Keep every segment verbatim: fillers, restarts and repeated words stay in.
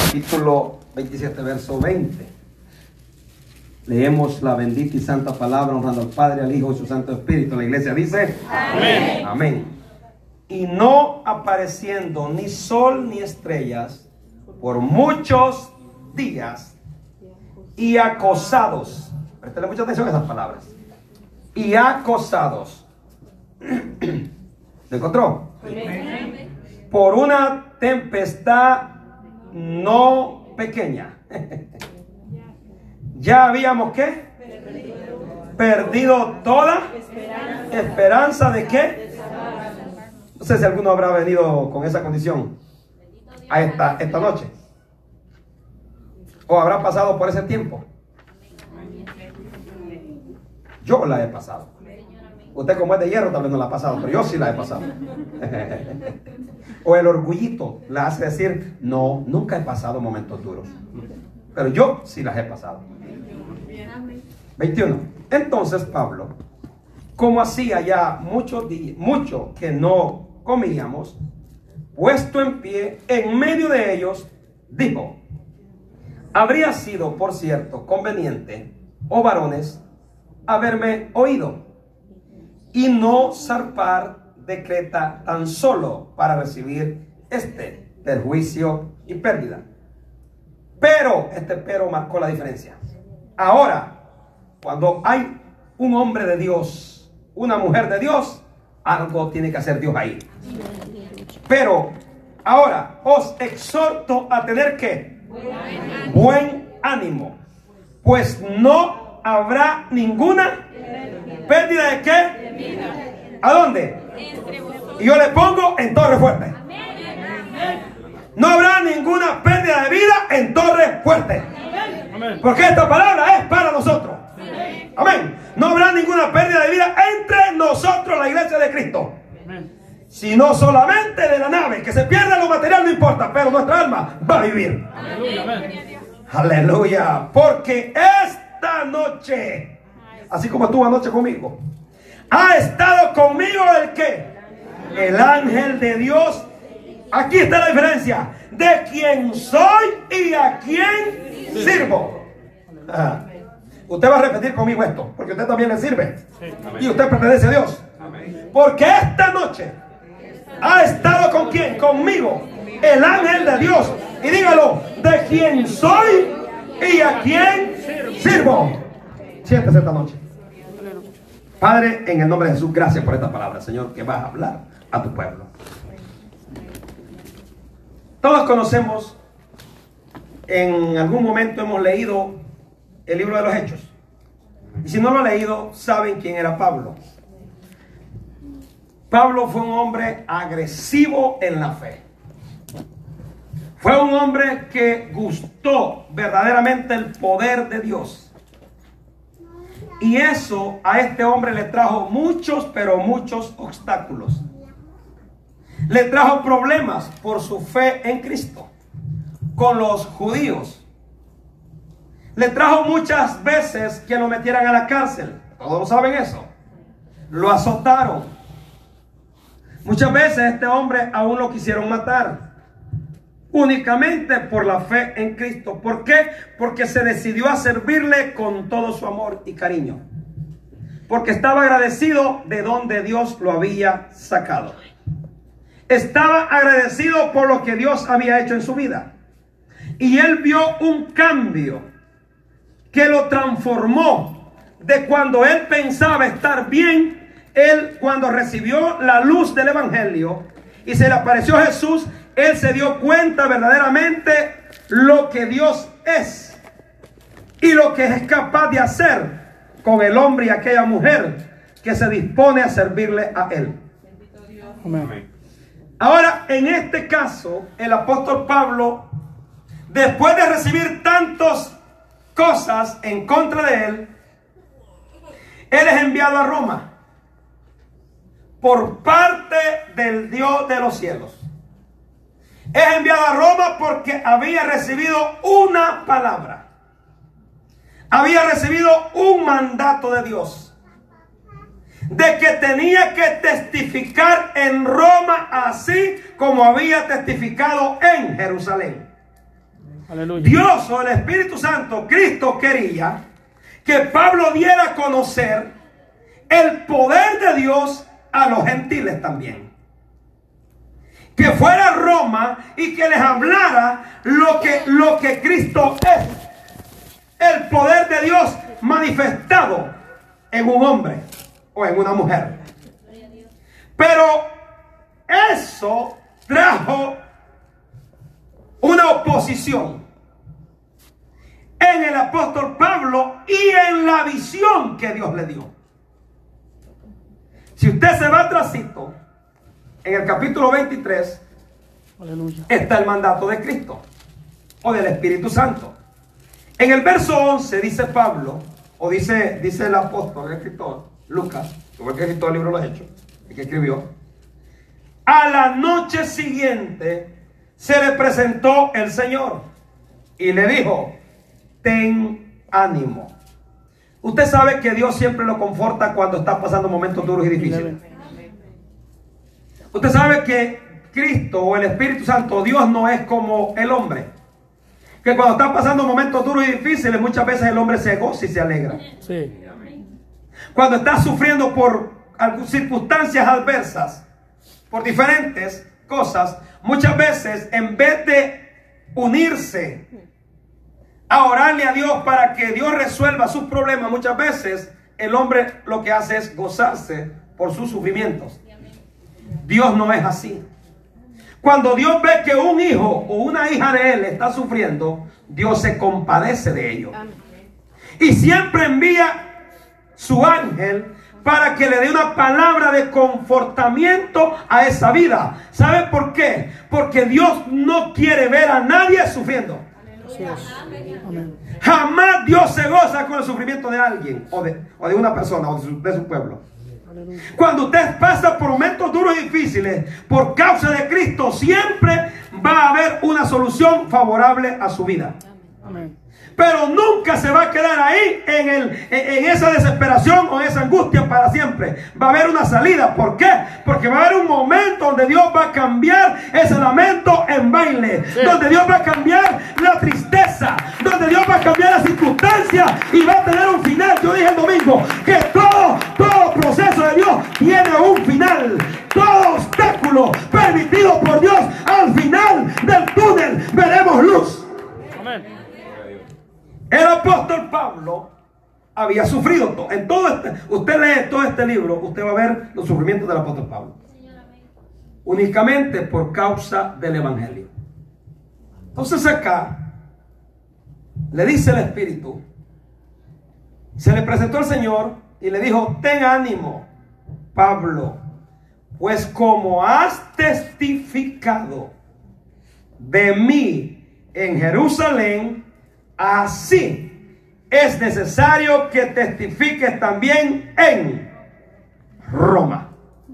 capítulo veintisiete, verso veinte. Leemos la bendita y santa palabra, honrando al Padre, al Hijo y su Santo Espíritu. La iglesia dice: amén. Amén. Y no apareciendo ni sol ni estrellas por muchos días, y acosados. Préstale mucha atención a esas palabras. Y acosados. ¿Lo encontró? Amén. Por una tempestad no pequeña. Ya habíamos ¿qué? Perdido, Perdido toda esperanza. ¿Esperanza de qué? No sé si alguno habrá venido con esa condición a esta, esta noche, o habrá pasado por ese tiempo. Yo la he pasado. Usted, como es de hierro, tal vez no la ha pasado, pero yo sí la he pasado. O el orgullito la hace decir: no, nunca he pasado momentos duros, pero yo sí las he pasado. veintiuno. Entonces Pablo, como hacía ya muchos días, mucho que no comíamos, puesto en pie en medio de ellos, dijo: habría sido, por cierto, conveniente, oh varones, haberme oído y no zarpar de Creta tan solo para recibir este perjuicio y pérdida. Pero, este pero marcó la diferencia. Ahora, cuando hay un hombre de Dios, una mujer de Dios, algo tiene que hacer Dios ahí. Pero ahora os exhorto a tener ¿qué? Buen ánimo. Buen ánimo, pues no habrá ninguna pérdida de qué. ¿A dónde? Y yo le pongo en Torre Fuerte. No habrá ninguna pérdida de vida en Torre Fuerte, porque esta palabra es para nosotros. Amén. No habrá ninguna pérdida de vida entre nosotros, la iglesia de Cristo, sino solamente de la nave. Que se pierda lo material no importa, pero nuestra alma va a vivir. Aleluya. Aleluya. Porque esta noche, así como estuvo anoche conmigo, ha estado conmigo el que, el ángel de Dios. Aquí está la diferencia de quién soy y a quién sirvo. Ah. Usted va a repetir conmigo esto, porque usted también le sirve. Y usted pertenece a Dios. Porque esta noche ha estado con quién, conmigo, el ángel de Dios. Y dígalo: de quién soy y a quién sirvo. Siéntese esta noche. Padre, en el nombre de Jesús, gracias por esta palabra, Señor, que vas a hablar a tu pueblo. Todos conocemos, en algún momento hemos leído el libro de los Hechos. Y si no lo han leído, saben quién era Pablo. Pablo fue un hombre agresivo en la fe. Fue un hombre que gustó verdaderamente el poder de Dios. Y eso a este hombre le trajo muchos, pero muchos obstáculos. Le trajo problemas por su fe en Cristo con los judíos. Le trajo muchas veces que lo metieran a la cárcel. Todos saben eso. Lo azotaron. Muchas veces este hombre aún lo quisieron matar, únicamente por la fe en Cristo. ¿Por qué? Porque se decidió a servirle con todo su amor y cariño, porque estaba agradecido de donde Dios lo había sacado. Estaba agradecido por lo que Dios había hecho en su vida. Y él vio un cambio que lo transformó de cuando él pensaba estar bien. Él, cuando recibió la luz del evangelio y se le apareció Jesús, él se dio cuenta verdaderamente lo que Dios es y lo que es capaz de hacer con el hombre y aquella mujer que se dispone a servirle a él. Amén. Ahora, en este caso, el apóstol Pablo, después de recibir tantas cosas en contra de él, él es enviado a Roma por parte del Dios de los cielos. Es enviado a Roma porque había recibido una palabra. Había recibido un mandato de Dios, de que tenía que testificar en Roma así como había testificado en Jerusalén. Aleluya. Dios o el Espíritu Santo, Cristo quería que Pablo diera a conocer el poder de Dios a los gentiles también. Que fuera a Roma y que les hablara lo que, lo que Cristo es. El poder de Dios manifestado en un hombre o en una mujer. Pero eso trajo una oposición en el apóstol Pablo y en la visión que Dios le dio. Si usted se va atrasito, en el capítulo veintitrés, aleluya, está el mandato de Cristo o del Espíritu Santo. En el verso once dice Pablo, o dice, dice el apóstol, el escritor, Lucas, que fue el que escribió el libro de los Hechos, el que escribió: a la noche siguiente se le presentó el Señor y le dijo: ten ánimo. Usted sabe que Dios siempre lo conforta cuando está pasando momentos duros y difíciles. Usted sabe que Cristo o el Espíritu Santo, Dios no es como el hombre, que cuando está pasando momentos duros y difíciles, muchas veces el hombre se goza y se alegra. Sí. Cuando está sufriendo por circunstancias adversas, por diferentes cosas, muchas veces en vez de unirse a orarle a Dios para que Dios resuelva sus problemas, muchas veces el hombre lo que hace es gozarse por sus sufrimientos. Dios no es así. Cuando Dios ve que un hijo o una hija de él está sufriendo, Dios se compadece de ellos. Y siempre envía su ángel para que le dé una palabra de confortamiento a esa vida. ¿Sabe por qué? Porque Dios no quiere ver a nadie sufriendo. Jamás Dios se goza con el sufrimiento de alguien o de, o de una persona o de su, de su pueblo. Cuando usted pasa por momentos duros y difíciles por causa de Cristo, siempre va a haber una solución favorable a su vida. Amén. Pero nunca se va a quedar ahí en, el, en esa desesperación o en esa angustia para siempre. Va a haber una salida. ¿Por qué? Porque va a haber un momento donde Dios va a cambiar ese lamento en baile. Sí. Donde Dios va a cambiar la tristeza. Donde Dios va a cambiar la circunstancia y va a tener un final. Yo dije el domingo que todo, todo proceso de Dios tiene un final. Todo obstáculo permitido por Dios, al final del túnel veremos luz. Amén. El apóstol Pablo había sufrido todo. En todo este, usted lee todo este libro, usted va a ver los sufrimientos del apóstol Pablo. Únicamente por causa del evangelio. Entonces acá le dice el Espíritu, se le presentó el Señor y le dijo: ten ánimo, Pablo, pues como has testificado de mí en Jerusalén, así es necesario que testifiques también en Roma.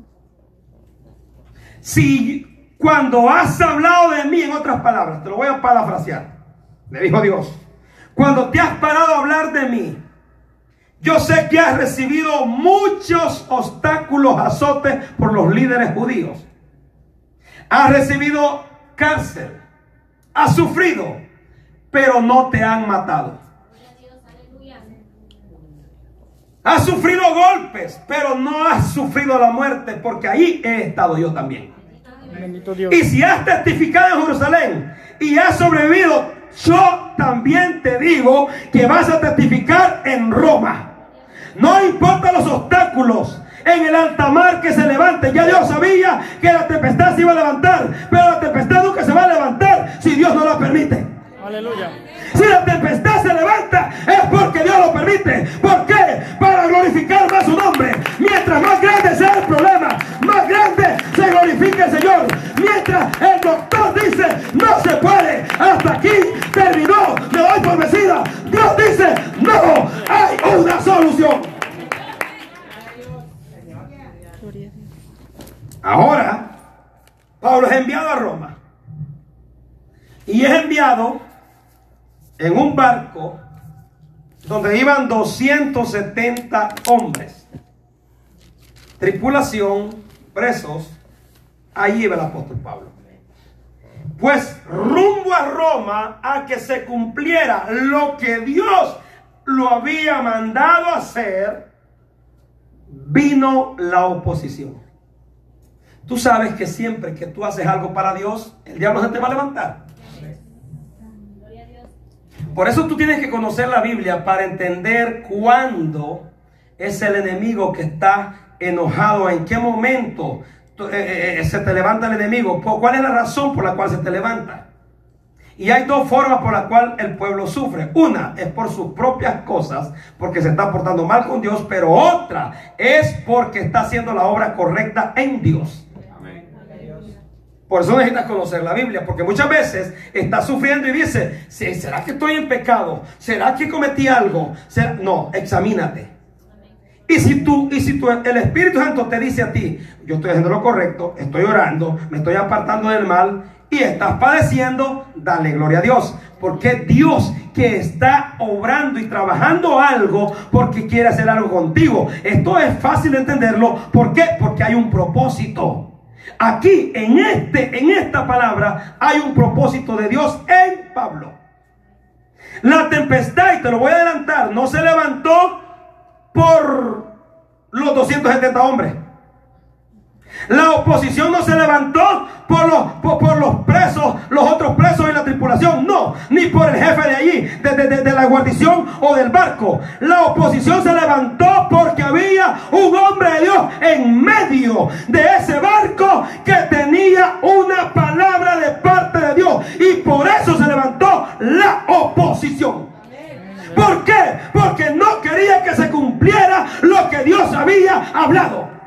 Si cuando has hablado de mí, en otras palabras, te lo voy a parafrasear, le dijo Dios, cuando te has parado a hablar de mí, yo sé que has recibido muchos obstáculos, azotes por los líderes judíos. Has recibido cárcel, has sufrido, pero no te han matado. Has sufrido golpes, pero no has sufrido la muerte, porque ahí he estado yo también. Y si has testificado en Jerusalén y has sobrevivido, yo también te digo que vas a testificar en Roma. No importa los obstáculos en el alta mar que se levante. Ya Dios sabía que la tempestad se iba a levantar, pero la tempestad nunca se va a levantar si Dios no la permite. Aleluya. Si la tempestad se levanta es porque Dios lo permite. ¿Por qué? Para glorificar más su nombre. Mientras más grande sea el problema, más grande se glorifica el Señor. Mientras el doctor dice no se puede, hasta aquí terminó, me doy por vencida, Dios dice no, hay una solución. Ahora Pablo es enviado a Roma y es enviado en un barco donde iban doscientos setenta hombres, tripulación, presos. Ahí iba el apóstol Pablo. Pues rumbo a Roma, a que se cumpliera lo que Dios lo había mandado hacer, vino la oposición. Tú sabes que siempre que tú haces algo para Dios, el diablo se te va a levantar. Por eso tú tienes que conocer la Biblia para entender cuándo es el enemigo que está enojado, en qué momento eh, eh, se te levanta el enemigo, cuál es la razón por la cual se te levanta. Y hay dos formas por las cuales el pueblo sufre. Una es por sus propias cosas, porque se está portando mal con Dios, pero otra es porque está haciendo la obra correcta en Dios. Por eso necesitas conocer la Biblia, porque muchas veces estás sufriendo y dices, ¿será que estoy en pecado? ¿Será que cometí algo? ¿Será? No, examínate. Y si tú, y si tú, el Espíritu Santo te dice a ti, yo estoy haciendo lo correcto, estoy orando, me estoy apartando del mal y estás padeciendo, dale gloria a Dios. Porque Dios que está obrando y trabajando algo, porque quiere hacer algo contigo. Esto es fácil de entenderlo. ¿Por qué? Porque hay un propósito. Aquí, en, este, en esta palabra, hay un propósito de Dios en Pablo. La tempestad, y te lo voy a adelantar, no se levantó por los doscientos setenta hombres. La oposición no se levantó por los, por, por los presos, los otros presos en la tripulación, no, ni por el jefe de allí, de, de, de, de la guarnición o del barco. La oposición se levantó porque había un hombre de Dios en medio de ese barco que tenía una palabra de parte de Dios, y por eso se levantó la oposición. ¿Por qué? Porque no quería que se cumpliera lo que Dios había hablado.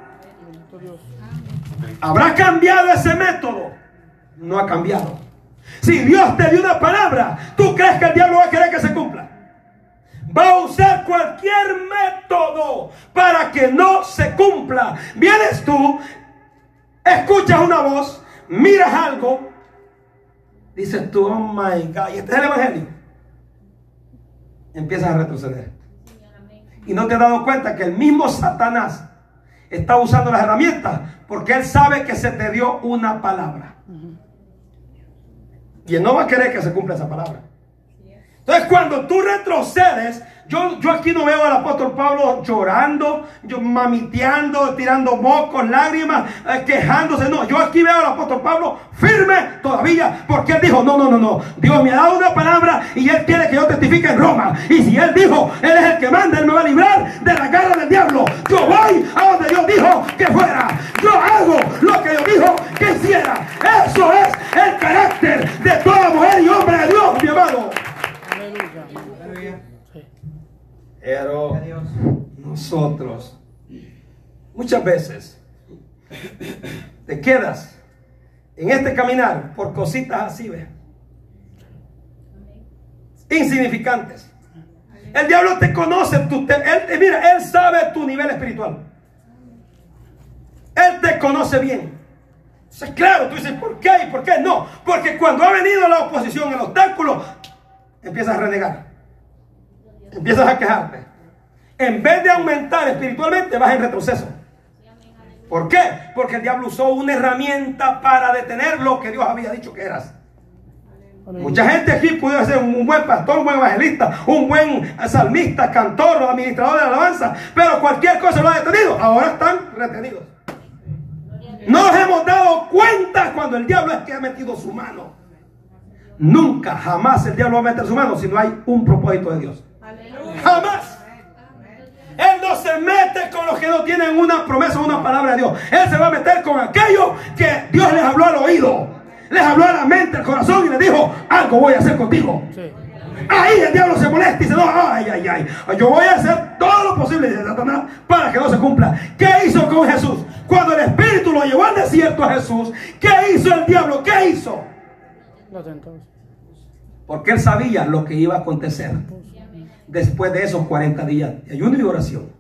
¿Habrá cambiado ese método? No ha cambiado. Si Dios te dio una palabra, ¿tú crees que el diablo va a querer que se cumpla? Va a usar cualquier método para que no se cumpla. Vienes tú, escuchas una voz, miras algo, dices tú, oh my God, y este es el evangelio. Empiezas a retroceder. Y no te has dado cuenta que el mismo Satanás está usando las herramientas porque él sabe que se te dio una palabra. Y él no va a querer que se cumpla esa palabra. Entonces, cuando tú retrocedes, yo, yo aquí no veo al apóstol Pablo llorando, yo mamiteando, tirando mocos, lágrimas, eh, quejándose. No, yo aquí veo al apóstol Pablo firme todavía, porque él dijo, no, no, no, no. Dios me ha dado una palabra y él quiere que yo testifique en Roma. Y si él dijo, él es el que manda, él me va a librar de la garra del diablo. Yo voy a donde Dios dijo que fuera. Yo hago lo que Dios dijo que hiciera. Eso es el carácter de toda mujer y hombre de Dios, mi amado. Pero nosotros muchas veces te quedas en este caminar por cositas así, ¿ves? Insignificantes. El diablo te conoce, tú te, él, mira, él sabe tu nivel espiritual. Él te conoce bien. Entonces, claro, tú dices, ¿por qué? ¿Y por qué no? Porque cuando ha venido la oposición, el obstáculo, empiezas a renegar. Empiezas a quejarte. En vez de aumentar espiritualmente, vas en retroceso. ¿Por qué? Porque el diablo usó una herramienta para detener lo que Dios había dicho que eras. Mucha gente aquí puede ser un buen pastor, un buen evangelista, un buen salmista, cantor, administrador de alabanza, pero cualquier cosa lo ha detenido. Ahora están retenidos. No nos hemos dado cuenta cuando el diablo es que ha metido su mano. Nunca, jamás el diablo va a meter su mano si no hay un propósito de Dios. Jamás. Él no se mete con los que no tienen una promesa o una palabra de Dios. Él se va a meter con aquellos que Dios les habló al oído, les habló a la mente, al corazón, y les dijo, algo voy a hacer contigo. Sí. Ahí el diablo se molesta y dice, no, ay, ay, ay, yo voy a hacer todo lo posible, dice Satanás, para que no se cumpla. ¿Qué hizo con Jesús? Cuando el Espíritu lo llevó al desierto a Jesús, ¿qué hizo el diablo? ¿Qué hizo? Porque él sabía lo que iba a acontecer después de esos cuarenta días de ayuno y oración.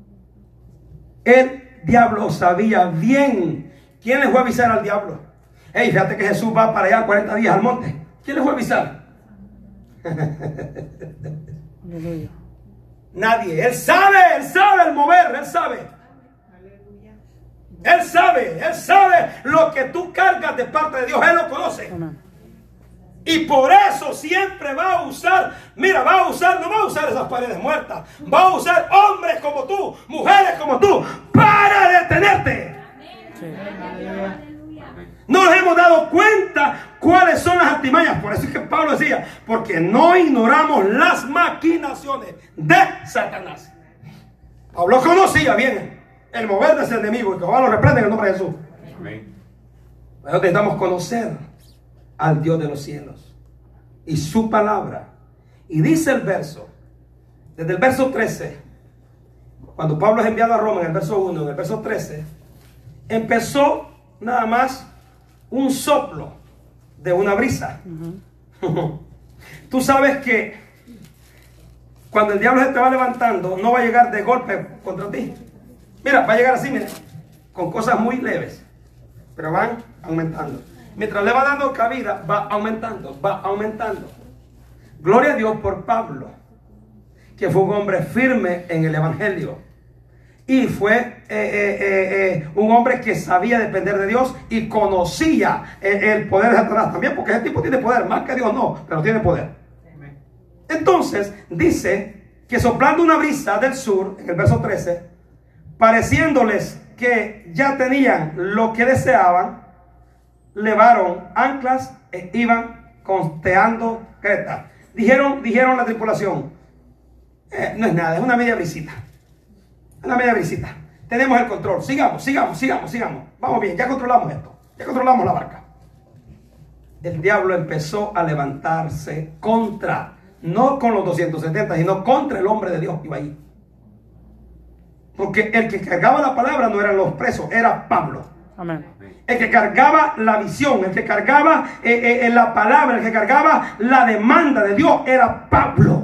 El diablo sabía bien. ¿Quién le fue a avisar al diablo? Hey, fíjate que Jesús va para allá cuarenta días al monte. ¿Quién le fue a avisar? Nadie. Él sabe, él sabe el mover, él sabe. Él sabe, él sabe lo que tú cargas de parte de Dios. Él lo conoce. Y por eso siempre va a usar, mira, va a usar, no va a usar esas paredes muertas, va a usar hombres como tú, mujeres como tú, para detenerte. Sí. No nos hemos dado cuenta cuáles son las artimañas. Por eso es que Pablo decía, porque no ignoramos las maquinaciones de Satanás. Pablo conocía bien el mover de ese enemigo, y que Jehová lo reprenda en el nombre de Jesús. Amén. Pero necesitamos conocer al Dios de los cielos y su palabra. Y dice el verso, desde el verso trece, cuando Pablo es enviado a Roma, en el verso uno, en el verso trece, empezó nada más un soplo de una brisa. Uh-huh. Tú sabes que cuando el diablo se te va levantando, no va a llegar de golpe contra ti. Mira, va a llegar así, mira, con cosas muy leves, pero van aumentando. Mientras le va dando cabida, va aumentando, va aumentando. Gloria a Dios por Pablo, que fue un hombre firme en el evangelio. Y fue eh, eh, eh, eh, un hombre que sabía depender de Dios y conocía el, el poder de Satanás también, porque ese tipo tiene poder, más que Dios no, pero tiene poder. Entonces dice que soplando una brisa del sur, en el verso trece, pareciéndoles que ya tenían lo que deseaban, levaron anclas e iban costeando Creta. Dijeron, dijeron la tripulación, eh, no es nada, es una media brisita. Una media brisita. Tenemos el control. Sigamos, sigamos, sigamos, sigamos. Vamos bien, ya controlamos esto. Ya controlamos la barca. El diablo empezó a levantarse contra, no con los doscientos setenta, sino contra el hombre de Dios que iba ahí. Porque el que cargaba la palabra no eran los presos, era Pablo. Amén. El que cargaba la visión, el que cargaba eh, eh, la palabra, el que cargaba la demanda de Dios era Pablo.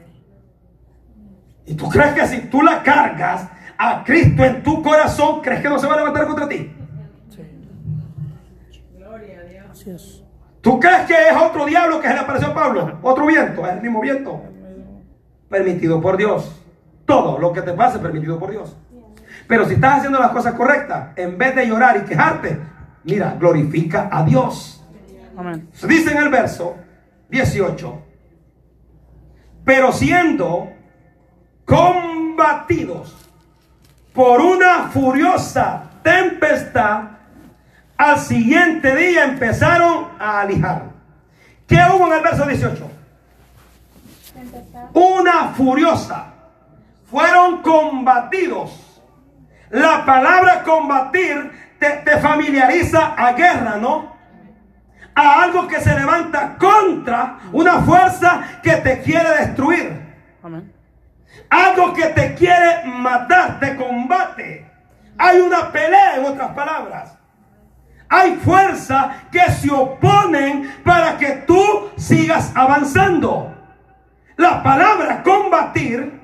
¿Y tú crees que si tú la cargas a Cristo en tu corazón, crees que no se va a levantar contra ti? Sí. Gloria a Dios. Así es. ¿Tú crees que es otro diablo que se le apareció a Pablo? Otro viento, es el mismo viento. Permitido por Dios. Todo lo que te pase es permitido por Dios. Pero si estás haciendo las cosas correctas, en vez de llorar y quejarte, mira, glorifica a Dios. Amén. Dice en el verso dieciocho, pero siendo combatidos por una furiosa tempestad, al siguiente día empezaron a alijar. ¿Qué hubo en el verso dieciocho? Tempestad. Una furiosa. Fueron combatidos. La palabra combatir te, te familiariza a guerra, ¿no? A algo que se levanta contra una fuerza que te quiere destruir. Amén. Algo que te quiere matar, te combate. Hay una pelea, en otras palabras. Hay fuerzas que se oponen para que tú sigas avanzando. La palabra combatir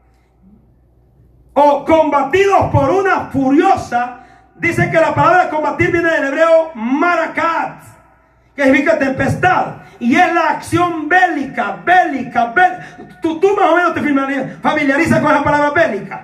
o combatidos por una furiosa, dice que la palabra combatir viene del hebreo marakat, que significa tempestad, y es la acción bélica, bélica, bélica. Tú, tú más o menos te familiarizas con esa palabra bélica.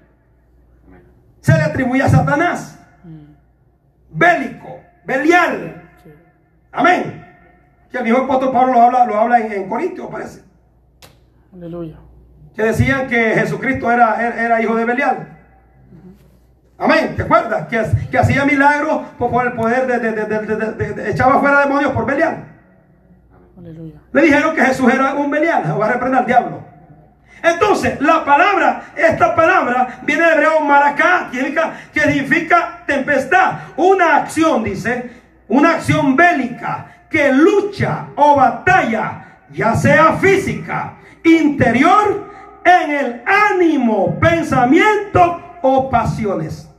Se le atribuye a Satanás. Bélico, Belial. Amén. Que el mismo apóstol Pablo lo habla, lo habla en, en Corintios, parece. Aleluya. Que decían que Jesucristo era, era, era hijo de Belial. Amén. ¿Te acuerdas? Que, que hacía milagros por el poder de, de, de, de, de, de, de echaba fuera demonios por Belial. Aleluya. Le dijeron que Jesús era un Belial, va a reprender al diablo. Entonces, la palabra, esta palabra viene del hebreo maracá, que significa, que significa tempestad. Una acción, dice, una acción bélica que lucha o batalla, ya sea física, interior, en el ánimo, pensamiento o pasiones.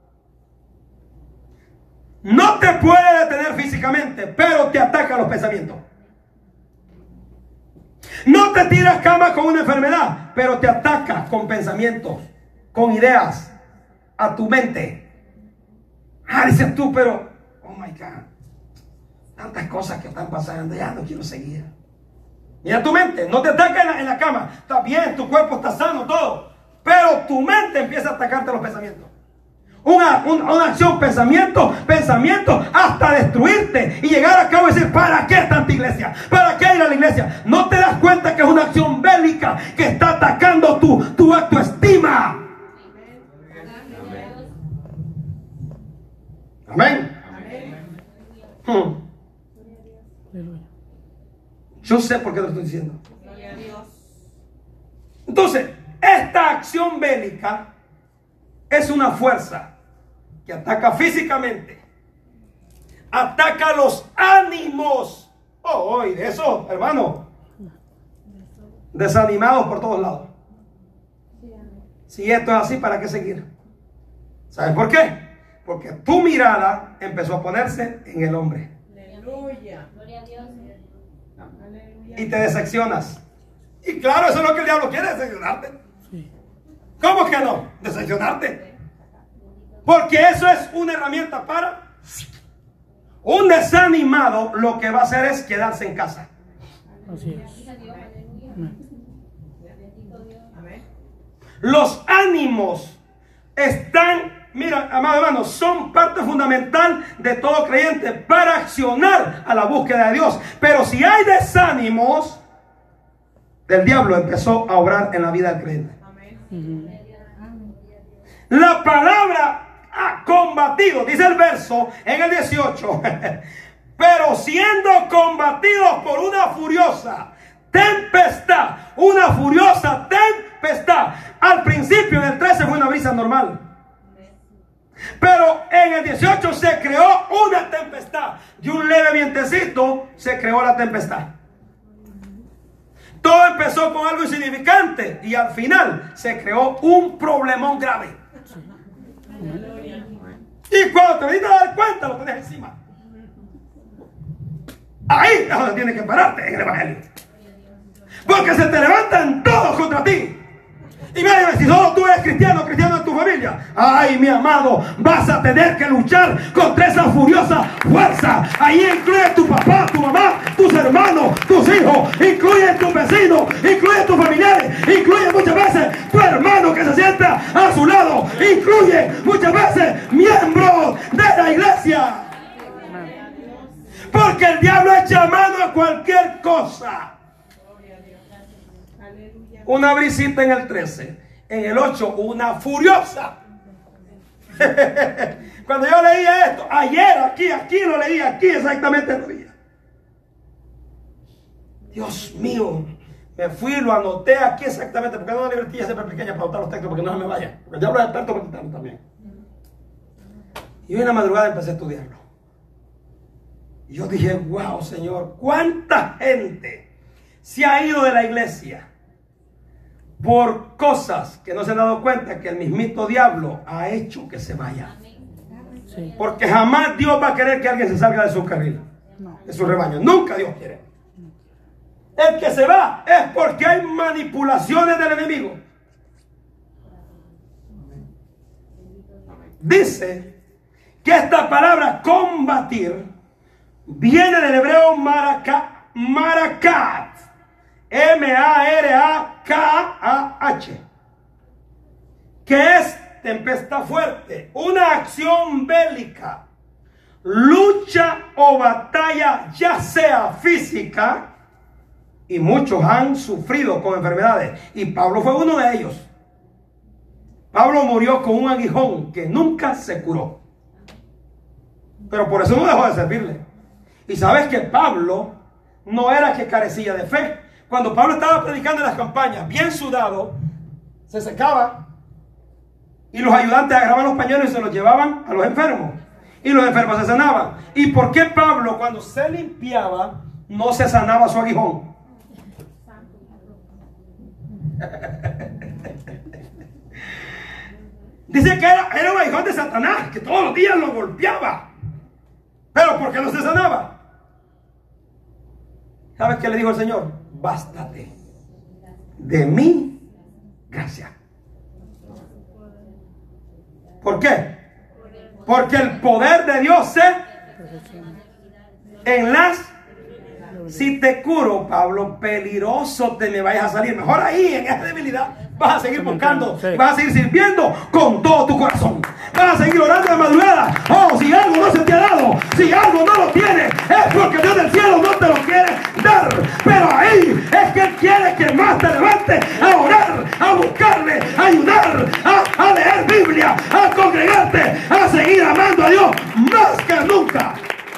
No te puede detener físicamente, pero te ataca los pensamientos. No te tiras cama con una enfermedad, pero te ataca con pensamientos, con ideas, a tu mente. Ah, dices tú, pero, oh my God, tantas cosas que están pasando, ya no quiero seguir. Mira tu mente, no te ataca en la, en la cama, está bien, tu cuerpo está sano, todo, pero tu mente empieza a atacarte los pensamientos. Una, una, una acción, pensamiento, pensamiento, hasta destruirte y llegar a cabo y decir, ¿para qué tanta iglesia? ¿Para qué ir a la iglesia? ¿No te das cuenta que es una acción bélica que está atacando tu, tu autoestima? Amén. Hmm. Yo sé por qué lo estoy diciendo. Entonces, esta acción bélica es una fuerza que ataca físicamente, ataca los ánimos. Oh, oh, y de eso, hermano, desanimados por todos lados. Si esto es así, ¿para qué seguir? ¿Sabes por qué? Porque tu mirada empezó a ponerse en el hombre. Aleluya. Gloria a Dios. Y te decepcionas. Y claro, eso es lo que el diablo quiere, decepcionarte. ¿Cómo que no? Decepcionarte. Porque eso es una herramienta para un desanimado. Lo que va a hacer es quedarse en casa. Así es. Los ánimos están, mira, amado hermano, son parte fundamental de todo creyente para accionar a la búsqueda de Dios. Pero si hay desánimos, el diablo empezó a obrar en la vida del creyente. Uh-huh. La palabra ha combatido, dice el verso en el dieciocho, pero siendo combatidos por una furiosa tempestad, una furiosa tempestad. Al principio en el trece fue una brisa normal, pero en el dieciocho se creó una tempestad. Y un leve vientecito se creó la tempestad. Todo empezó con algo insignificante y al final se creó un problemón grave. Y cuando te viniste a dar cuenta, lo tenés encima. Ahí es donde tienes que pararte en el evangelio. Porque se te levantan todos contra ti. Y mira, si solo tú eres cristiano, cristiano en tu familia, ay, mi amado, vas a tener que luchar contra esa furiosa fuerza. Ahí incluye tu papá, tu mamá, tus hermanos, tus hijos, incluye tus vecinos, incluye tus familiares, incluye muchas veces tu hermano que se sienta a su lado, incluye muchas veces miembros de la iglesia. Porque el diablo echa mano a cualquier cosa. Una brisita en el trece, en el ocho una furiosa. Cuando yo leía esto, ayer aquí, aquí lo leí, aquí exactamente lo leía. Dios mío, me fui, lo anoté aquí exactamente, porque no una libretilla siempre pequeña para anotar los textos, porque no se me vaya, porque el diablo es experto para quitarlo también. Y hoy en la madrugada empecé a estudiarlo. Y yo dije, wow, Señor, cuánta gente se ha ido de la iglesia por cosas que no se han dado cuenta que el mismito diablo ha hecho que se vaya. Sí. Porque jamás Dios va a querer que alguien se salga de su carril, no, de su rebaño. Nunca Dios quiere. El que se va es porque hay manipulaciones del enemigo. Dice que esta palabra combatir viene del hebreo maraca, maracat. M A R A K A H, que es tempestad fuerte, una acción bélica, lucha o batalla, ya sea física, y muchos han sufrido con enfermedades, y Pablo fue uno de ellos. Pablo murió con un aguijón que nunca se curó, pero por eso no dejó de servirle. Y sabes que Pablo no era que carecía de fe. Cuando Pablo estaba predicando en las campañas, bien sudado, se secaba y los ayudantes agarraban los pañuelos y se los llevaban a los enfermos. Y los enfermos se sanaban. ¿Y por qué Pablo, cuando se limpiaba, no se sanaba su aguijón? Dice que era, era un aguijón de Satanás, que todos los días lo golpeaba. Pero ¿por qué no se sanaba? ¿Sabes qué le dijo el Señor? Bástate de mi gracia. ¿Por qué? Porque el poder de Dios se en las si te curo, Pablo, peligroso te me vayas a salir. Mejor ahí, en esa debilidad, vas a seguir buscando, Sí. vas a seguir sirviendo con todo tu corazón. Vas a seguir orando de madrugada. Oh, si algo no se te ha dado, si algo no lo tienes, es porque Dios del cielo no te lo quiere dar. Pero ahí es que Él quiere que más te levantes a orar, a buscarle, a ayudar, a, a leer Biblia, a congregarte, a seguir amando a Dios más que nunca.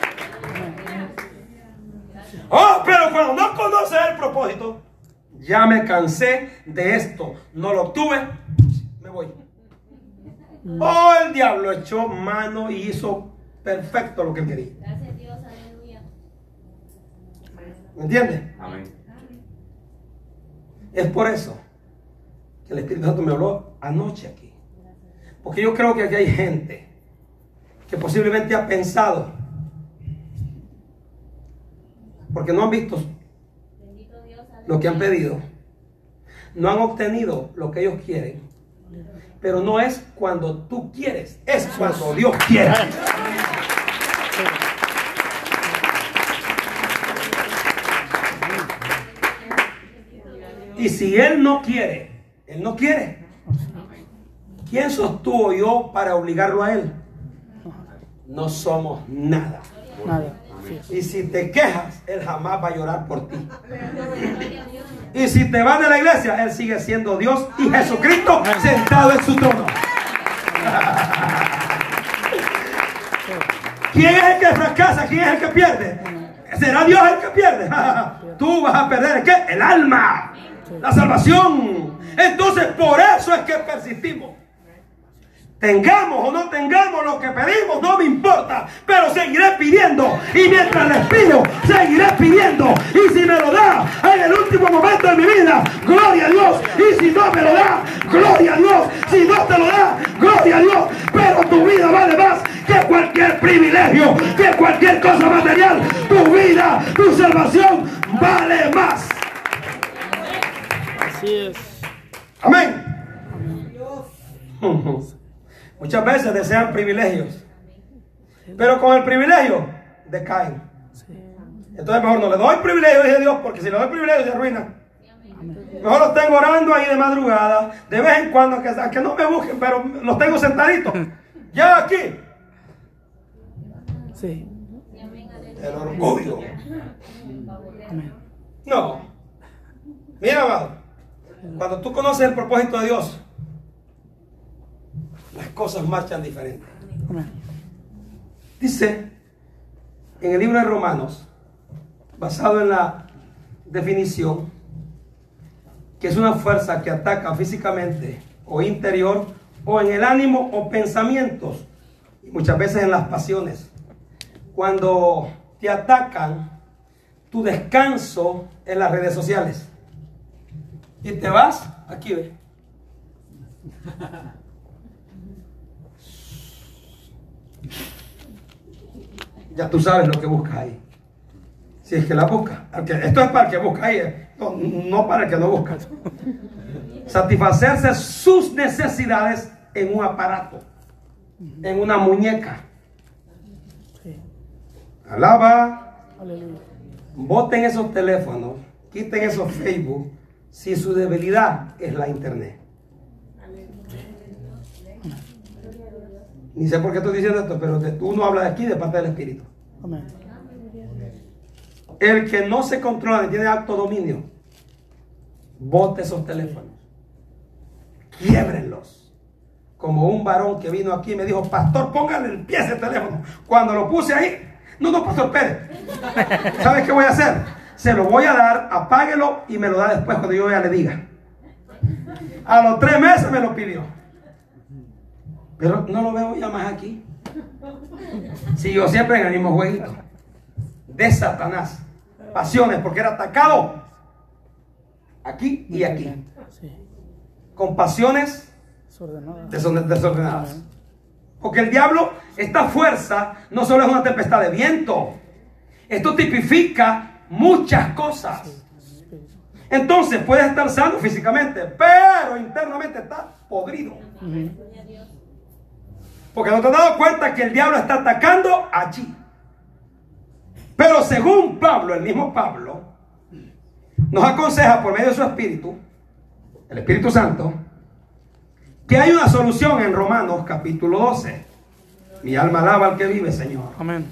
Oh, pero cuando no conoces el propósito, ya me cansé de esto, no lo obtuve, me voy. Oh, el diablo echó mano y hizo perfecto lo que quería. Gracias a Dios, aleluya. ¿Me entiendes? Amén. Es por eso que el Espíritu Santo me habló anoche aquí. Porque yo creo que aquí hay gente que posiblemente ha pensado, porque no han visto Bendito Dios, aleluya. lo que han pedido, no han obtenido lo que ellos quieren, pero no es cuando tú quieres, es cuando Dios quiere. Y si Él no quiere, Él no quiere. ¿Quién sostuvo yo para obligarlo a Él? No somos nada. Nada. Así es. Y si te quejas, Él jamás va a llorar por ti. Y si te vas de la iglesia, Él sigue siendo Dios y Jesucristo sentado en su trono. ¿Quién es el que fracasa? ¿Quién es el que pierde? ¿Será Dios el que pierde? Tú vas a perder ¿el qué? El alma, la salvación. Entonces por eso es que persistimos. Tengamos o no tengamos lo que pedimos, no me importa, pero seguiré pidiendo. Y mientras les pido, seguiré pidiendo. Y si me lo da en el último momento de mi vida, gloria a Dios. Y si no me lo da, gloria a Dios. Si no te lo da, gloria a Dios. Pero tu vida vale más que cualquier privilegio, que cualquier cosa material. Tu vida, tu salvación vale más. Así es. Amén. Muchas veces desean privilegios, pero con el privilegio decaen. Entonces mejor no le doy privilegio, dice Dios, porque si le doy privilegio se arruina. Mejor los tengo orando ahí de madrugada, de vez en cuando, que, que no me busquen, pero los tengo sentaditos, ya aquí. Sí. El orgullo. Amén. No. Mira, amado, cuando tú conoces el propósito de Dios, las cosas marchan diferente. Amén. Dice en el libro de Romanos, basado en la definición, que es una fuerza que ataca físicamente o interior, o en el ánimo o pensamientos, y muchas veces en las pasiones. Cuando te atacan, tu descanso en las redes sociales. Y te vas, aquí ve. Ya tú sabes lo que buscas ahí. Si es que la buscas. Esto es para el que busca ahí, no, no para el que no busca. Satisfacerse sus necesidades en un aparato, en una muñeca. Sí. Alaba. Aleluya. Boten esos teléfonos, quiten esos Facebook, si su debilidad es la internet. Ni sé por qué estoy diciendo esto, pero de, uno habla de aquí de parte del Espíritu. Amén. El que no se controla, tiene alto dominio, bote esos teléfonos, quiébrenlos. Como un varón que vino aquí y me dijo, pastor, póngale el pie a ese teléfono. Cuando lo puse ahí, no, no, pastor, espere. ¿Sabes qué voy a hacer? Se lo voy a dar, apáguelo y me lo da después cuando yo ya le diga. A los tres meses me lo pidió. Pero no lo veo ya más aquí. Siguió siempre en el mismo jueguito de Satanás. Pasiones, porque era atacado aquí y aquí. Sí. Con pasiones Desordenada. desordenadas. desordenadas. Porque el diablo, esta fuerza, no solo es una tempestad de viento. Esto tipifica muchas cosas. Entonces puedes estar sano físicamente, pero internamente está podrido. Ujú. Porque no te has dado cuenta que el diablo está atacando allí. Pero según Pablo, el mismo Pablo, nos aconseja por medio de su Espíritu, el Espíritu Santo, que hay una solución en Romanos capítulo doce. Mi alma alaba al que vive, Señor. Amén.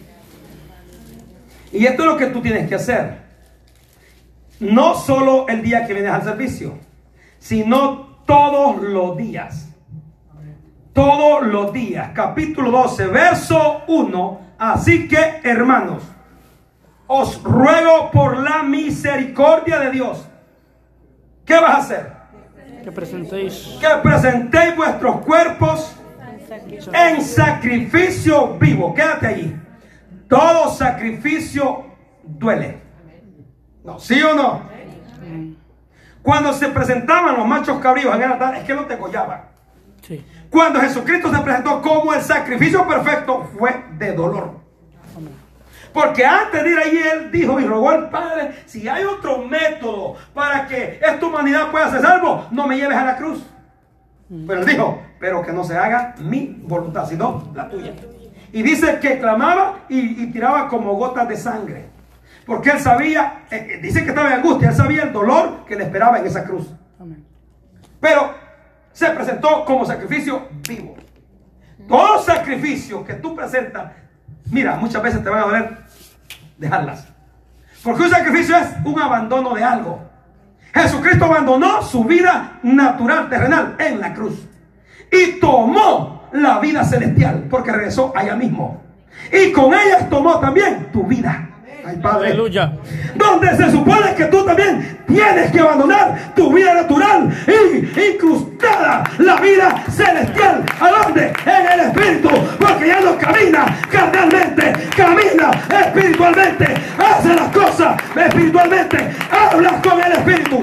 Y esto es lo que tú tienes que hacer. No solo el día que vienes al servicio, sino todos los días. Todos los días. Capítulo doce, verso uno. Así que, hermanos, os ruego por la misericordia de Dios. ¿Qué vas a hacer? Que presentéis Que presentéis vuestros cuerpos en sacrificio vivo. Quédate allí. Todo sacrificio duele. No, ¿sí o no? Cuando se presentaban los machos cabríos en el altar, es que no te gollaban. Sí. Cuando Jesucristo se presentó como el sacrificio perfecto, fue de dolor. Amén. Porque antes de ir allí, él dijo y rogó al Padre: si hay otro método para que esta humanidad pueda ser salvo, no me lleves a la cruz. Pero él dijo: pero que no se haga mi voluntad, sino la tuya. Y dice que clamaba y, y tiraba como gotas de sangre. Porque él sabía, eh, dice que estaba en angustia, él sabía el dolor que le esperaba en esa cruz. Amén. Pero se presentó como sacrificio vivo. Todo sacrificio que tú presentas, mira, muchas veces te van a doler dejarlas. Porque un sacrificio es un abandono de algo. Jesucristo abandonó su vida natural, terrenal, en la cruz. Y tomó la vida celestial, porque regresó allá mismo. Y con ella tomó también tu vida. Ay, Padre. Aleluya. Donde se supone que tú también tienes que abandonar tu vida natural y incrustada la vida celestial. ¿A dónde? En el Espíritu. Porque ya no camina carnalmente, camina espiritualmente. Hace las cosas espiritualmente. Hablas con el Espíritu.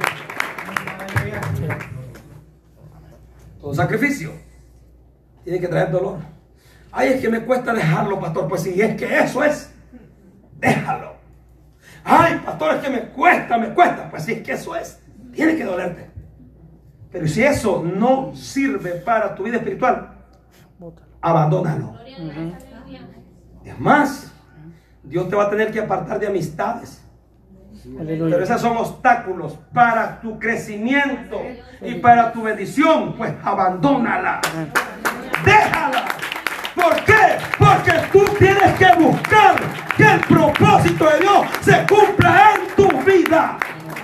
Todo sacrificio tiene que traer dolor. Ay, es que me cuesta dejarlo, pastor. Pues si es que eso es, déjalo. Ay, pastor, es que me cuesta, me cuesta. Pues si es que eso es, tiene que dolerte. Pero si eso no sirve para tu vida espiritual, Bótalo. abandónalo. Uh-huh. Es más, Dios te va a tener que apartar de amistades. Aleluya. Pero esos son obstáculos para tu crecimiento y para tu bendición. Pues abandónala. Déjala. ¿Por qué? Porque tú tienes que buscar que el propósito de Dios se cumpla en tu vida.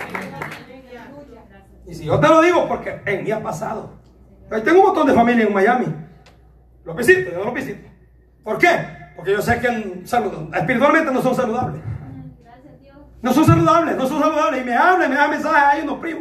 Y si yo te lo digo, porque en mí ha pasado. Yo tengo un montón de familia en Miami. Los visito, yo no los visito. ¿Por qué? Porque yo sé que salud, espiritualmente no son saludables. No son saludables, no son saludables. Y me hablan, me dan mensajes ahí unos primos.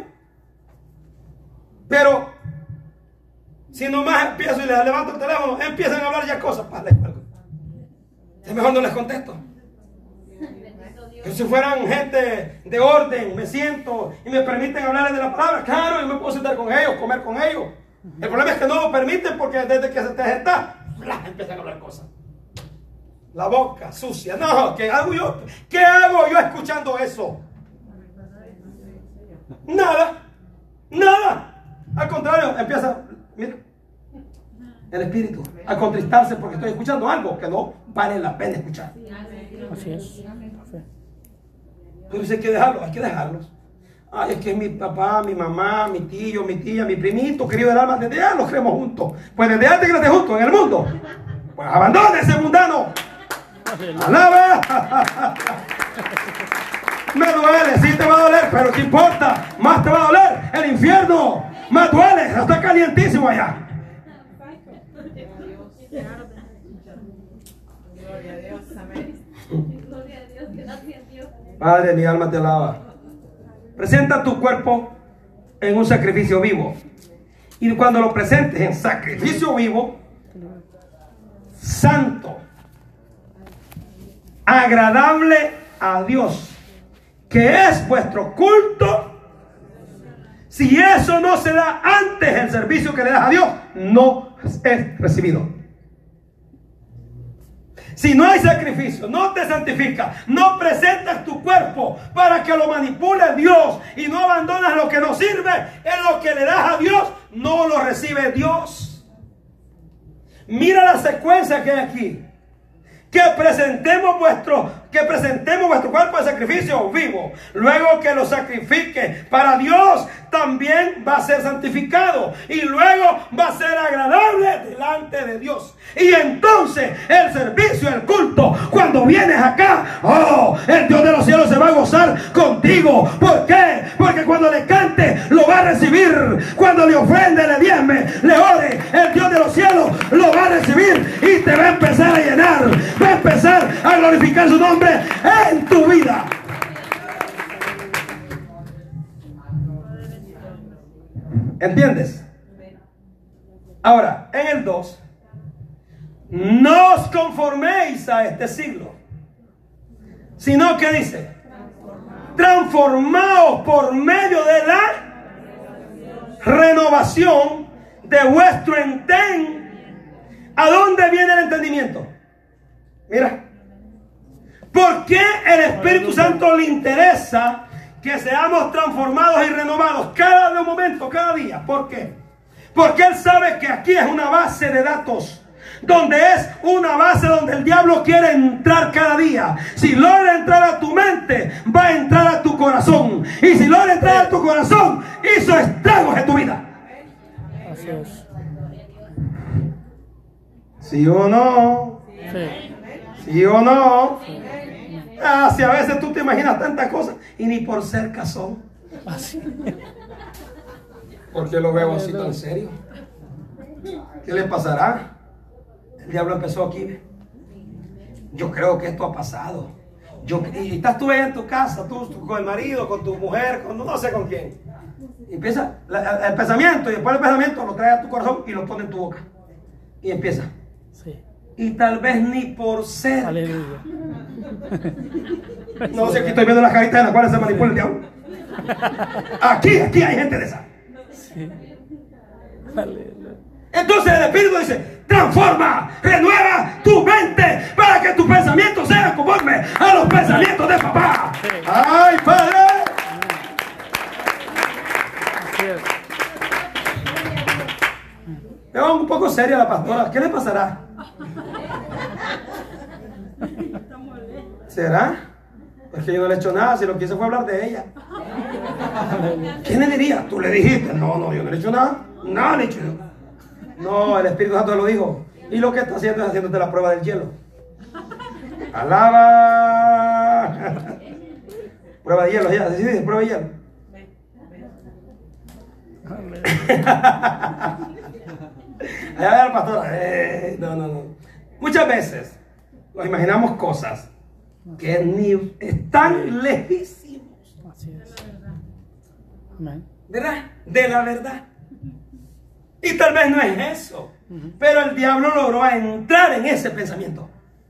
Pero si nomás empiezo y les levanto el teléfono, empiezan a hablar ya cosas. Para es mejor no les contesto. Pero si fueran gente de orden, me siento y me permiten hablarles de la palabra, claro, yo me puedo sentar con ellos, comer con ellos. El problema es que no lo permiten porque desde que se te está, empiezan a hablar cosas. La boca sucia. No, ¿qué hago yo? ¿Qué hago yo escuchando eso? Nada. Nada. Al contrario, empieza, mira, el espíritu a contristarse porque estoy escuchando algo que no vale la pena escuchar. Así es. Fe. Pero si hay que dejarlos, hay que dejarlos. Ay, es que mi papá, mi mamá, mi tío, mi tía, mi primito, querido del alma, desde ya los creemos juntos. Pues desde antes que los esté juntos en el mundo, pues abandone ese mundano. ¡Alaba! Me duele, sí te va a doler, pero ¿qué importa? Más te va a doler el infierno. Más duele, está calientísimo allá. Padre, mi alma te alaba. Presenta tu cuerpo en un sacrificio vivo. Y cuando lo presentes en sacrificio vivo, santo, agradable a Dios, que es vuestro culto. Si eso no se da antes del servicio que le das a Dios, no es recibido. Si no hay sacrificio, no te santificas, no presentas tu cuerpo para que lo manipule Dios y no abandonas lo que no sirve, en lo que le das a Dios, no lo recibe Dios. Mira la secuencia que hay aquí. Que presentemos vuestro, que que presentemos vuestro cuerpo de sacrificio vivo. Luego que lo sacrifique para Dios, también va a ser santificado. Y luego va a ser agradable delante de Dios. Y entonces el servicio, el culto, cuando vienes acá, oh, el Dios de los cielos se va a gozar contigo. ¿Por qué? Porque cuando le cante, lo va a recibir. Cuando le ofrende, le diezme, le ore, el Dios de los cielos lo va a recibir y te va a empezar a llenar. Va a empezar a glorificar su nombre en tu vida. ¿Entiendes? Ahora, en el dos, no os conforméis a este siglo, sino que dice, transformaos por medio de la renovación de vuestro entendimiento. ¿A dónde viene el entendimiento? Mira, ¿por qué el Espíritu Santo le interesa que seamos transformados y renovados cada momento, cada día? ¿Por qué? Porque Él sabe que aquí es una base de datos, donde es una base donde el diablo quiere entrar cada día. Si logra entrar a tu mente, va a entrar a tu corazón. Y si logra entrar a tu corazón, hizo estragos en tu vida. Así es. ¿Sí o no? Sí. ¿Sí o no? Ah, si a veces tú te imaginas tantas cosas y ni por cerca son. Así. ¿Por qué lo veo así tan serio? ¿Qué le pasará? El diablo empezó aquí. Yo creo que esto ha pasado. Yo, y estás tú en tu casa, tú, tú con el marido, con tu mujer, con no sé con quién. Y empieza la, el pensamiento, y después el pensamiento lo trae a tu corazón y lo pone en tu boca. Y empieza. Sí. Y tal vez ni por ser. Aleluya. No sé, aquí estoy viendo las caritas en las cuales se manipula el diablo. Aquí, aquí hay gente de esa. Sí. Aleluya. Entonces el Espíritu dice, transforma, renueva tu mente para que tu pensamiento sea conforme a los pensamientos de papá. Sí. ¡Ay, Padre! Así es. Me va un poco seria la pastora. ¿Qué le pasará? ¿Será? Porque yo no le he hecho nada. Si lo que hice fue hablar de ella. ¿Quién le diría? Tú le dijiste. No, no, yo no le he hecho nada. Nada le he hecho. No, el Espíritu Santo lo dijo. Y lo que está haciendo es haciéndote la prueba del hielo. Alaba. Prueba de hielo, ya. ¿Sí dice? Prueba de hielo. Allá ve al pastor. Eh, no, no, no. Muchas veces nos imaginamos cosas que ni están lejísimos. Así es. Amén. ¿Verdad? De la verdad. Y tal vez no es eso. Uh-huh. Pero el diablo logró entrar en ese pensamiento.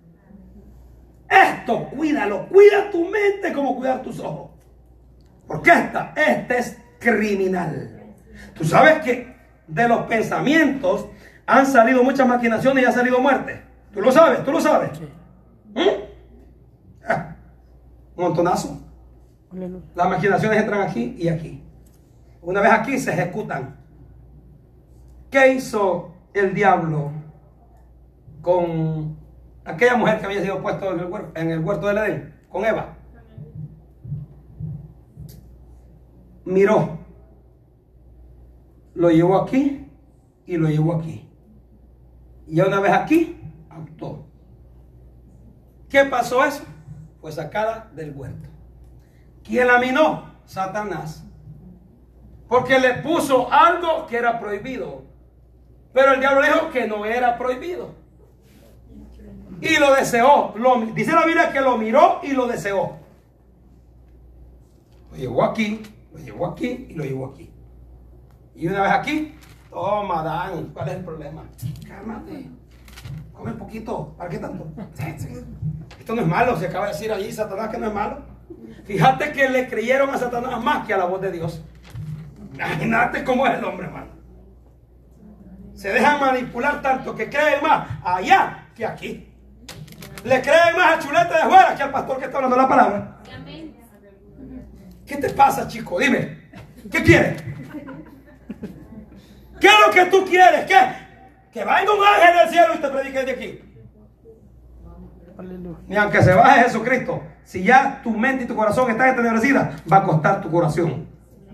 Esto, cuídalo. Cuida tu mente como cuidar tus ojos. Porque esta, este es criminal. Tú sabes que de los pensamientos han salido muchas maquinaciones y ha salido muerte. ¿Tú lo sabes? ¿Tú lo sabes? Sí. ¿Mm? Ah, un montonazo. Aleluya. Las maquinaciones entran aquí y aquí. Una vez aquí se ejecutan. ¿Qué hizo el diablo con aquella mujer que había sido puesta en el huerto, en el huerto del Edén? Con Eva. Miró. Lo llevó aquí y lo llevó aquí. Y una vez aquí, actuó. ¿Qué pasó eso? Fue sacada del huerto. ¿Quién la minó? Satanás. Porque le puso algo que era prohibido. Pero el diablo dijo que no era prohibido. Y lo deseó. Lo, dice la Biblia que lo miró y lo deseó. Lo llevó aquí, lo llevó aquí y lo llevó aquí. Y una vez aquí, toma, Dan, ¿cuál es el problema? Cálmate, come poquito, ¿para qué tanto? Esto no es malo, se acaba de decir allí Satanás que no es malo. Fíjate que le creyeron a Satanás más que a la voz de Dios. Imagínate cómo es el hombre, hermano. Se dejan manipular tanto que creen más allá que aquí. Le creen más al chulete de afuera que al pastor que está hablando la palabra. ¿Qué te pasa, chico? Dime, ¿qué quieres? ¿Qué es lo que tú quieres? ¿Qué? Que venga un ángel del cielo y te predique de aquí. Aleluya. Ni aunque se baje Jesucristo. Si ya tu mente y tu corazón están entenebrecidas, va a costar tu curación.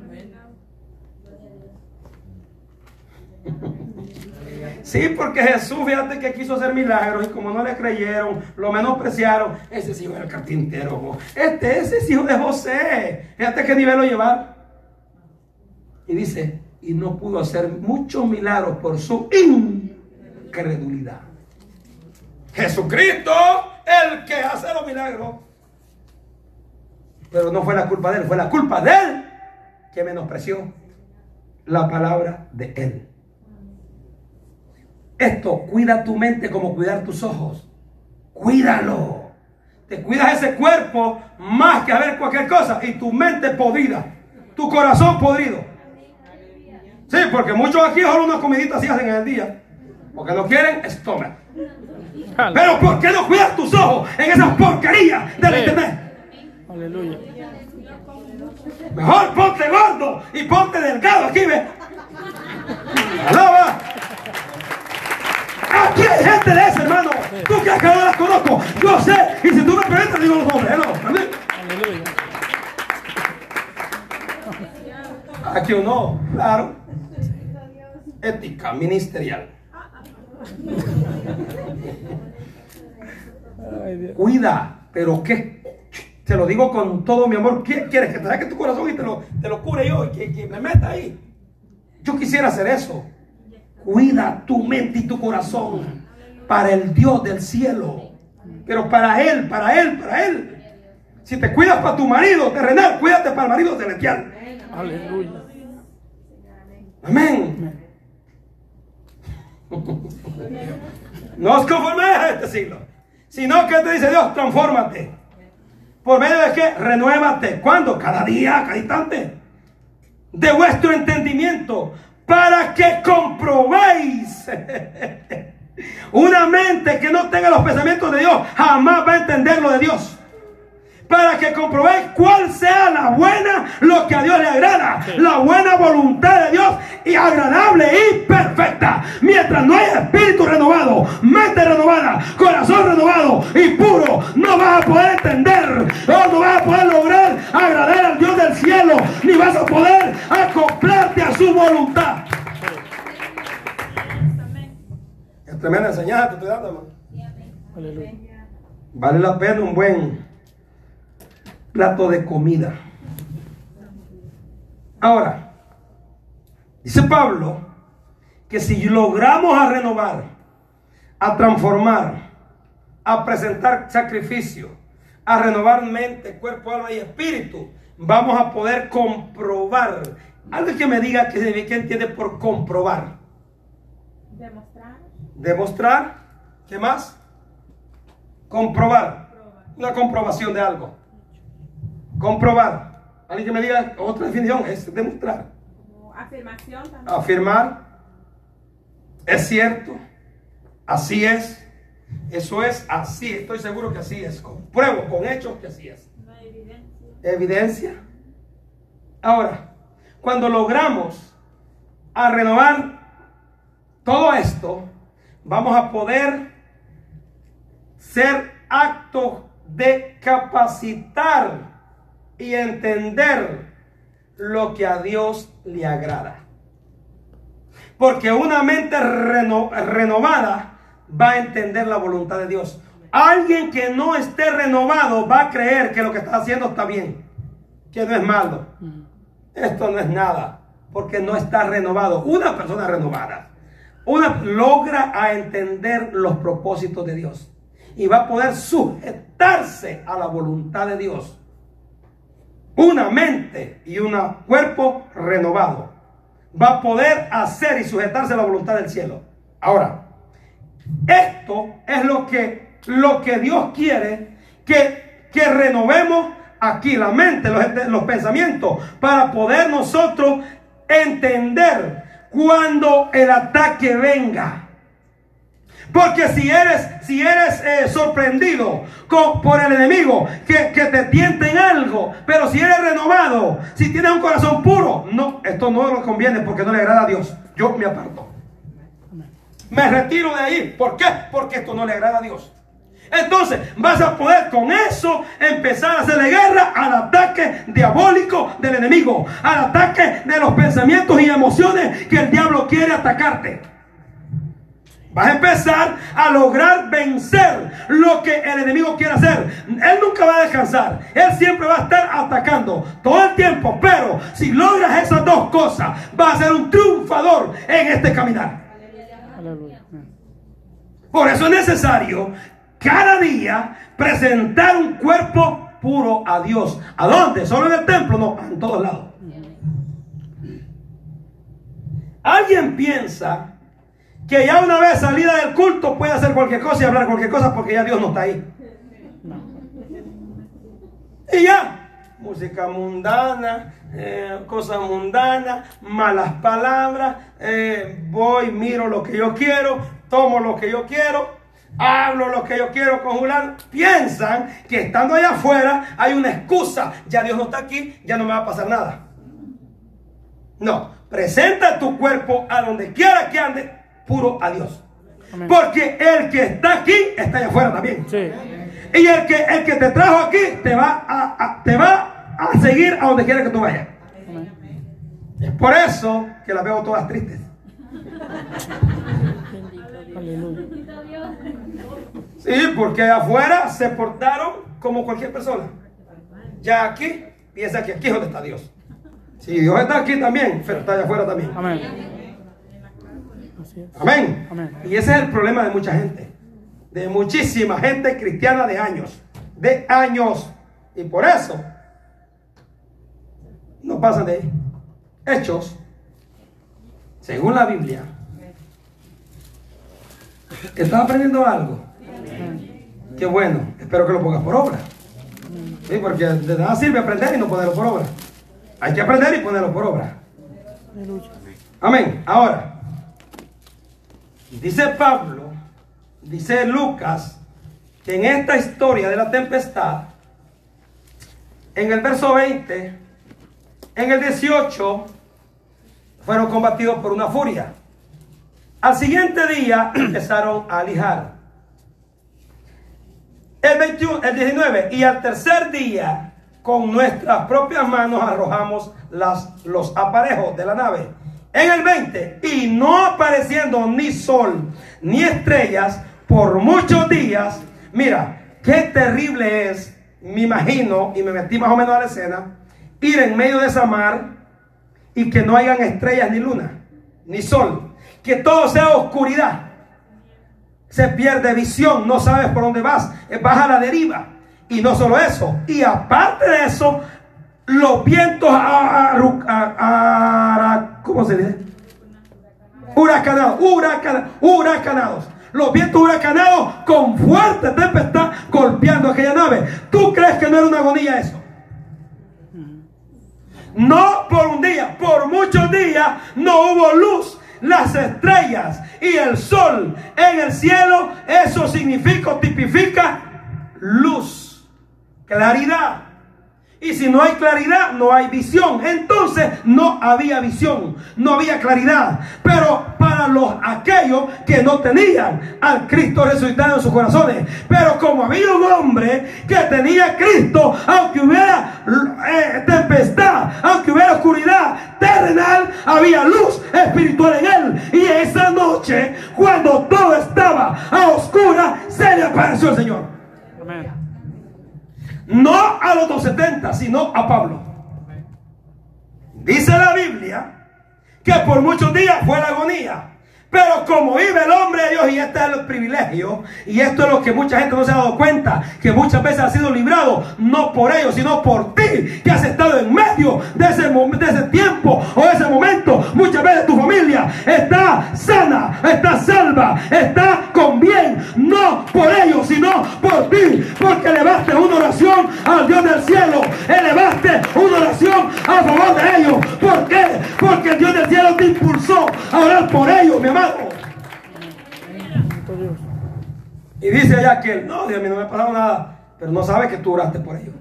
Sí, porque Jesús, fíjate que quiso hacer milagros y como no le creyeron, lo menospreciaron. Ese es hijo del carpintero. Este ese es hijo de José. Fíjate qué nivel lo llevar. Y dice, y no pudo hacer muchos milagros por su incredulidad. Jesucristo, el que hace los milagros. Pero no fue la culpa de él, fue la culpa de él que menospreció la palabra de él. Esto, cuida tu mente como cuidar tus ojos. Cuídalo. Te cuidas ese cuerpo más que a ver cualquier cosa. Y tu mente podrida. Tu corazón podrido. Sí, porque muchos aquí solo unas comiditas así hacen en el día. Porque no quieren estómago. Pero ¿por qué no cuidas tus ojos en esas porquerías del internet? Aleluya. Mejor ponte gordo y ponte delgado aquí, ve. Alaba. Aquí hay gente de ese, hermano. Tú que acá no las conozco. Yo sé. Y si tú me preguntas, digo los nombres. No, amén. Aleluya. Aquí o no, claro. Ética ministerial. Ay, Dios. Cuida, pero ¿qué? Te lo digo con todo mi amor. ¿Qué quieres? Que te saque tu corazón y te lo, te lo cure yo y que, que me meta ahí. Yo quisiera hacer eso. Cuida tu mente y tu corazón para el Dios del cielo. Pero para Él, para Él, para Él. Si te cuidas para tu marido terrenal, cuídate para el marido celestial. Aleluya. Amén. No os conforméis a este siglo, sino que te dice Dios, transfórmate. ¿Por medio de qué? Renuévate. ¿Cuándo? Cada día, cada instante. De vuestro entendimiento, para que comprobéis. Una mente que no tenga los pensamientos de Dios jamás va a entender lo de Dios. Para que comprobéis cuál sea la buena, lo que a Dios le agrada, la buena voluntad de Dios y agradable y perfecta. Mientras no haya espíritu renovado, mente renovada, corazón renovado y puro, no vas a poder entender, no, no vas a poder lograr agradar al Dios del cielo, ni vas a poder acoplarte a su voluntad. Es tremenda enseñanza te estoy dando, hermano. Aleluya. Vale la pena un buen plato de comida. Ahora, dice Pablo que si logramos a renovar, a transformar, a presentar sacrificio, a renovar mente, cuerpo, alma y espíritu, vamos a poder comprobar. Alguien que me diga que, que entiende por comprobar. Demostrar. Demostrar. ¿Qué más? Comprobar. Una comprobación de algo. Comprobar. Alguien que me diga otra definición es demostrar. Como afirmación también. Afirmar. Es cierto. Así es. Eso es así. Estoy seguro que así es. Compruebo con hechos que así es. Una evidencia. Evidencia. Ahora, cuando logramos a renovar todo esto, vamos a poder ser actos de capacitar y entender lo que a Dios le agrada. Porque una mente reno, renovada va a entender la voluntad de Dios. Alguien que no esté renovado va a creer que lo que está haciendo está bien, que no es malo. Esto no es nada, porque no está renovado. Una persona renovada, una logra a entender los propósitos de Dios y va a poder sujetarse a la voluntad de Dios. Una mente y un cuerpo renovado va a poder hacer y sujetarse a la voluntad del cielo. Ahora, esto es lo que, lo que Dios quiere que, que renovemos aquí la mente, los, los pensamientos, para poder nosotros entender cuando el ataque venga. Porque si eres, si eres eh, sorprendido con, por el enemigo, que, que te tiente en algo, pero si eres renovado, si tienes un corazón puro, no, esto no nos conviene porque no le agrada a Dios. Yo me aparto. Me retiro de ahí. ¿Por qué? Porque esto no le agrada a Dios. Entonces vas a poder con eso empezar a hacerle guerra al ataque diabólico del enemigo, al ataque de los pensamientos y emociones que el diablo quiere atacarte. Vas a empezar a lograr vencer lo que el enemigo quiere hacer. Él nunca va a descansar. Él siempre va a estar atacando todo el tiempo. Pero si logras esas dos cosas, vas a ser un triunfador en este caminar. Aleluya. Por eso es necesario cada día presentar un cuerpo puro a Dios. ¿A dónde? ¿Solo en el templo? No, en todos lados. Alguien piensa que ya una vez salida del culto puede hacer cualquier cosa y hablar cualquier cosa porque ya Dios no está ahí. Y ya, música mundana, eh, cosas mundanas, malas palabras, eh, voy, miro lo que yo quiero, tomo lo que yo quiero, hablo lo que yo quiero con Julano. Piensan que estando allá afuera hay una excusa, ya Dios no está aquí, ya no me va a pasar nada. No, presenta tu cuerpo a donde quiera que ande, puro a Dios. Amén. Porque el que está aquí está allá afuera también. Sí. Y el que, el que te trajo aquí te va a, a, te va a seguir a donde quiera que tú vayas. Amén. Es por eso que las veo todas tristes. Sí, porque allá afuera se portaron como cualquier persona. Ya aquí piensa que aquí es donde está Dios. Si Dios está aquí también, pero está allá afuera también. Amén. Amén. Amén. Y ese es el problema de mucha gente, de muchísima gente cristiana de años, de años. Y por eso no pasan de ahí. Hechos, según la Biblia. ¿Estás aprendiendo algo? Qué bueno, espero que lo pongas por obra. Sí, porque de nada sirve aprender y no ponerlo por obra. Hay que aprender y ponerlo por obra. Amén. Ahora, dice Pablo, dice Lucas, que en esta historia de la tempestad, en el verso veinte, en el dieciocho, fueron combatidos por una furia. Al siguiente día empezaron a lijar. El veintiuno, el diecinueve, y al tercer día, con nuestras propias manos arrojamos las, los aparejos de la nave. En el veinte, y no apareciendo ni sol ni estrellas por muchos días. Mira, qué terrible es, me imagino, y me metí más o menos a la escena, ir en medio de esa mar y que no hayan estrellas ni luna, ni sol, que todo sea oscuridad. Se pierde visión, no sabes por dónde vas, vas a la deriva. Y no solo eso, y aparte de eso, los vientos a, a, a, a, ¿cómo se dice? Huracanados, huracanados, huracanados. Los vientos huracanados con fuerte tempestad golpeando aquella nave. ¿Tú crees que no era una agonía eso? No por un día, por muchos días no hubo luz. Las estrellas y el sol en el cielo, eso significa, tipifica luz, claridad. Y si no hay claridad, no hay visión. Entonces no había visión, no había claridad. Pero para los aquellos que no tenían al Cristo resucitado en sus corazones. Pero como había un hombre que tenía Cristo, aunque hubiera eh, tempestad, aunque hubiera oscuridad terrenal, había luz espiritual en él. Y esa noche, cuando todo estaba a oscura, se le apareció el Señor. Amén. No a los doscientos setenta, sino a Pablo. Dice la Biblia que por muchos días fue la agonía. Pero como vive el hombre de Dios, y este es el privilegio, y esto es lo que mucha gente no se ha dado cuenta, que muchas veces ha sido librado, no por ellos, sino por ti, que has estado en medio de ese, de ese tiempo o ese momento. Muchas veces tu familia está sana, está salva, está con bien, no por ellos, sino por ti, porque elevaste una oración al Dios del cielo, elevaste una oración a favor de ellos. ¿Por qué? Porque el Dios del cielo te impulsó a orar por ellos, mi amado. Y dice allá que él, no, Dios mío, no me ha pasado nada, pero no sabe que tú oraste por ellos.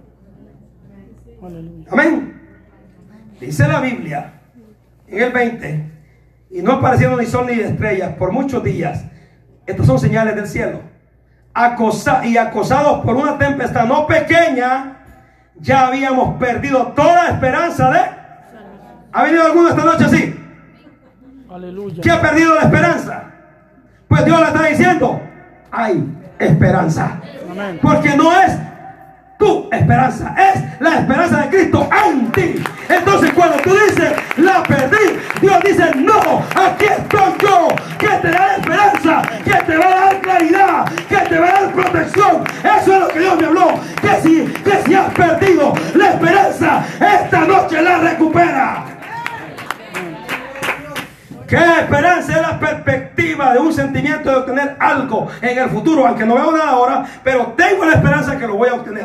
Amén. Dice la Biblia en el veinte, y no apareciendo ni sol ni estrellas por muchos días. Estas son señales del cielo. acosa, y acosados por una tempestad no pequeña, ya habíamos perdido toda esperanza de... ¿Ha venido alguno esta noche así? Aleluya. ¿Qué ha perdido la esperanza? Pues Dios le está diciendo, hay esperanza. Amén. Porque no es tu esperanza, es la esperanza de Cristo en ti. Entonces cuando tú dices, la perdí, Dios dice, no, aquí estoy yo, que te da esperanza, que te va a dar claridad, que te va a dar protección. Eso es lo que Dios me habló, que si, que si has perdido la esperanza, esta noche la recupera. ¿Qué esperanza? Es la perspectiva de un sentimiento de obtener algo en el futuro, aunque no veo nada ahora, pero tengo la esperanza que lo voy a obtener.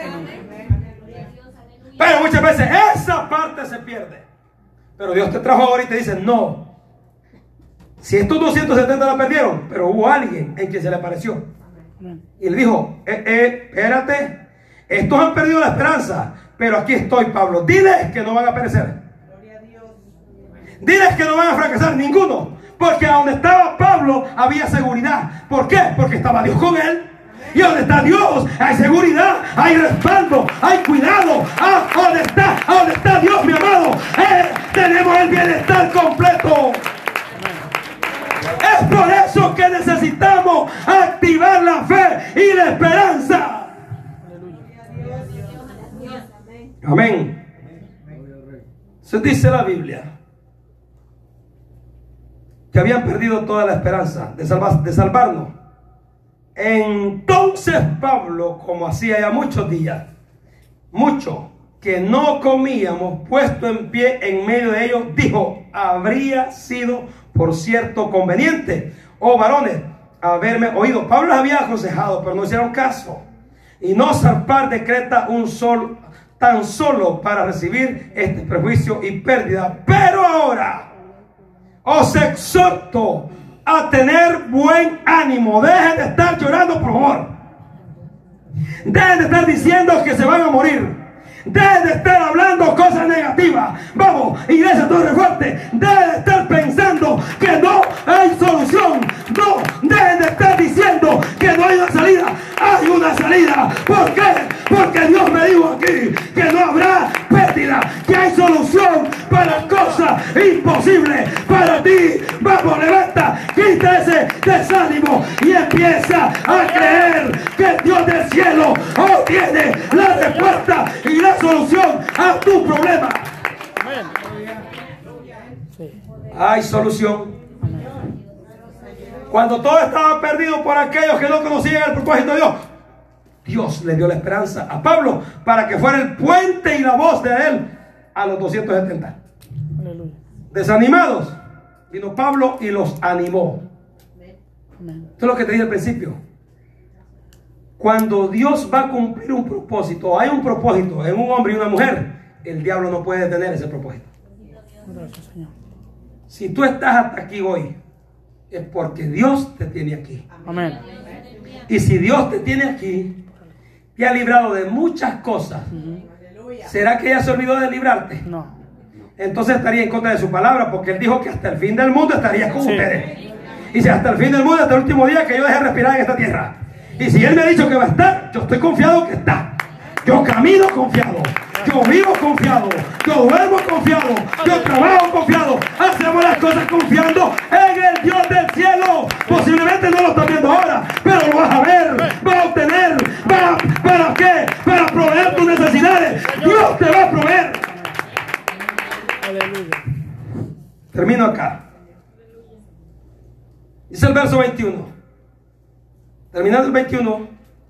Pero muchas veces esa parte se pierde. Pero Dios te trajo ahora y te dice, no. Si estos doscientos setenta la perdieron, pero hubo alguien en quien se le apareció. Y le dijo, eh, eh, espérate, estos han perdido la esperanza, pero aquí estoy, Pablo. Diles que no van a perecer. Diles que no van a fracasar ninguno. Porque a donde estaba Pablo había seguridad. ¿Por qué? Porque estaba Dios con él. Y donde está Dios hay seguridad, hay respaldo, hay cuidado. Ah, donde está, a donde está Dios, mi amado, eh, tenemos el bienestar completo. Es por eso que necesitamos activar la fe y la esperanza. Amén. Se dice la Biblia que habían perdido toda la esperanza de, salvar, de salvarnos. Entonces Pablo, como hacía ya muchos días, mucho que no comíamos, puesto en pie en medio de ellos, dijo, habría sido por cierto conveniente, oh varones, haberme oído. Pablo les había aconsejado, pero no hicieron caso, y no zarpar de Creta un sol, tan solo para recibir este prejuicio y pérdida. Pero ahora os exhorto a tener buen ánimo. Dejen de estar llorando, por favor. Dejen de estar diciendo que se van a morir. Dejen de estar hablando cosas negativas. Vamos, iglesia Torre Fuerte, dejen de estar pensando que no hay solución. No, dejen de estar diciendo que no hay una salida. Hay una salida. ¿Por qué? Porque Dios me dijo aquí que no habrá pérdida, que hay solución para cosas imposibles para ti. Vamos, levanta, quita ese desánimo y empieza a creer que el Dios del cielo oh, tiene la respuesta y la solución a tu problema. Hay solución. Cuando todo estaba perdido por aquellos que no conocían el propósito de Dios, Dios le dio la esperanza a Pablo para que fuera el puente y la voz de él a los doscientos setenta. Aleluya. Desanimados, vino Pablo y los animó. Amén. Esto es lo que te dije al principio. Cuando Dios va a cumplir un propósito, hay un propósito en un hombre y una mujer, el diablo no puede detener ese propósito. Gracias, Señor. Si tú estás hasta aquí hoy, es porque Dios te tiene aquí. Amén. Y si Dios te tiene aquí, te ha librado de muchas cosas. Uh-huh. ¿Será que ya se olvidó de librarte? No. Entonces estaría en contra de su palabra, porque Él dijo que hasta el fin del mundo estaría con sí. ustedes. Y si hasta el fin del mundo, hasta el último día que yo deje respirar en esta tierra. Y si Él me ha dicho que va a estar, yo estoy confiado que está. Yo camino confiado. Yo vivo confiado. Yo duermo confiado. Yo trabajo confiado. Hacemos las cosas confiando en el Dios del cielo. Posiblemente no lo estás viendo ahora, pero lo vas a ver. Vas a obtener. ¿Para, para qué? Para proveer tus necesidades. Dios te va a proveer. Aleluya. Termino acá. Dice el verso veintiuno. Terminando el veintiuno.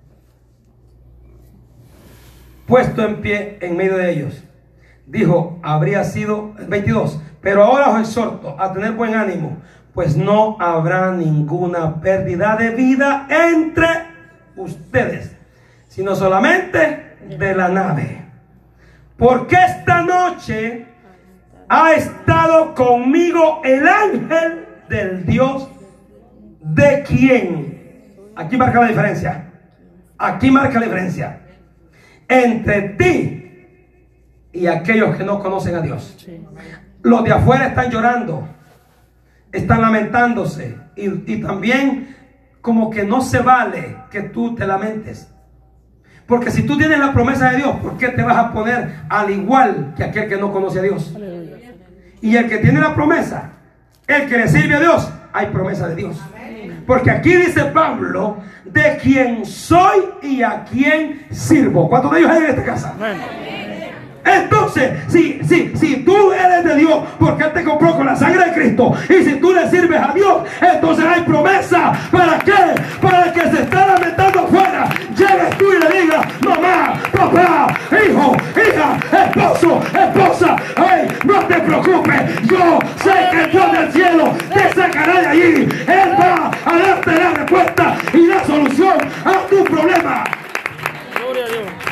Puesto en pie en medio de ellos, dijo, habría sido el veintidós, pero ahora os exhorto a tener buen ánimo, pues no habrá ninguna pérdida de vida entre ustedes, sino solamente de la nave. Porque esta noche ha estado conmigo el ángel del Dios, de quien, aquí marca la diferencia, aquí marca la diferencia entre ti y aquellos que no conocen a Dios. Sí. Los de afuera están llorando, están lamentándose y, y también como que no se vale que tú te lamentes. Porque si tú tienes la promesa de Dios, ¿por qué te vas a poner al igual que aquel que no conoce a Dios? Aleluya. Y el que tiene la promesa, el que le sirve a Dios, hay promesa de Dios. Porque aquí dice Pablo, de quien soy y a quien sirvo. ¿Cuántos de ellos hay en esta casa? Entonces, si, si, si tú eres de Dios, porque Él te compró con la sangre de Cristo, y si tú le sirves a Dios, entonces hay promesa. ¿Para qué? Para el que se está lamentando afuera, llegues tú y le digas, mamá, papá, hijo, hija, esposo, esposa, hey, no te preocupes, yo sé que el Dios del cielo te sacará de allí. Él va a darte la respuesta y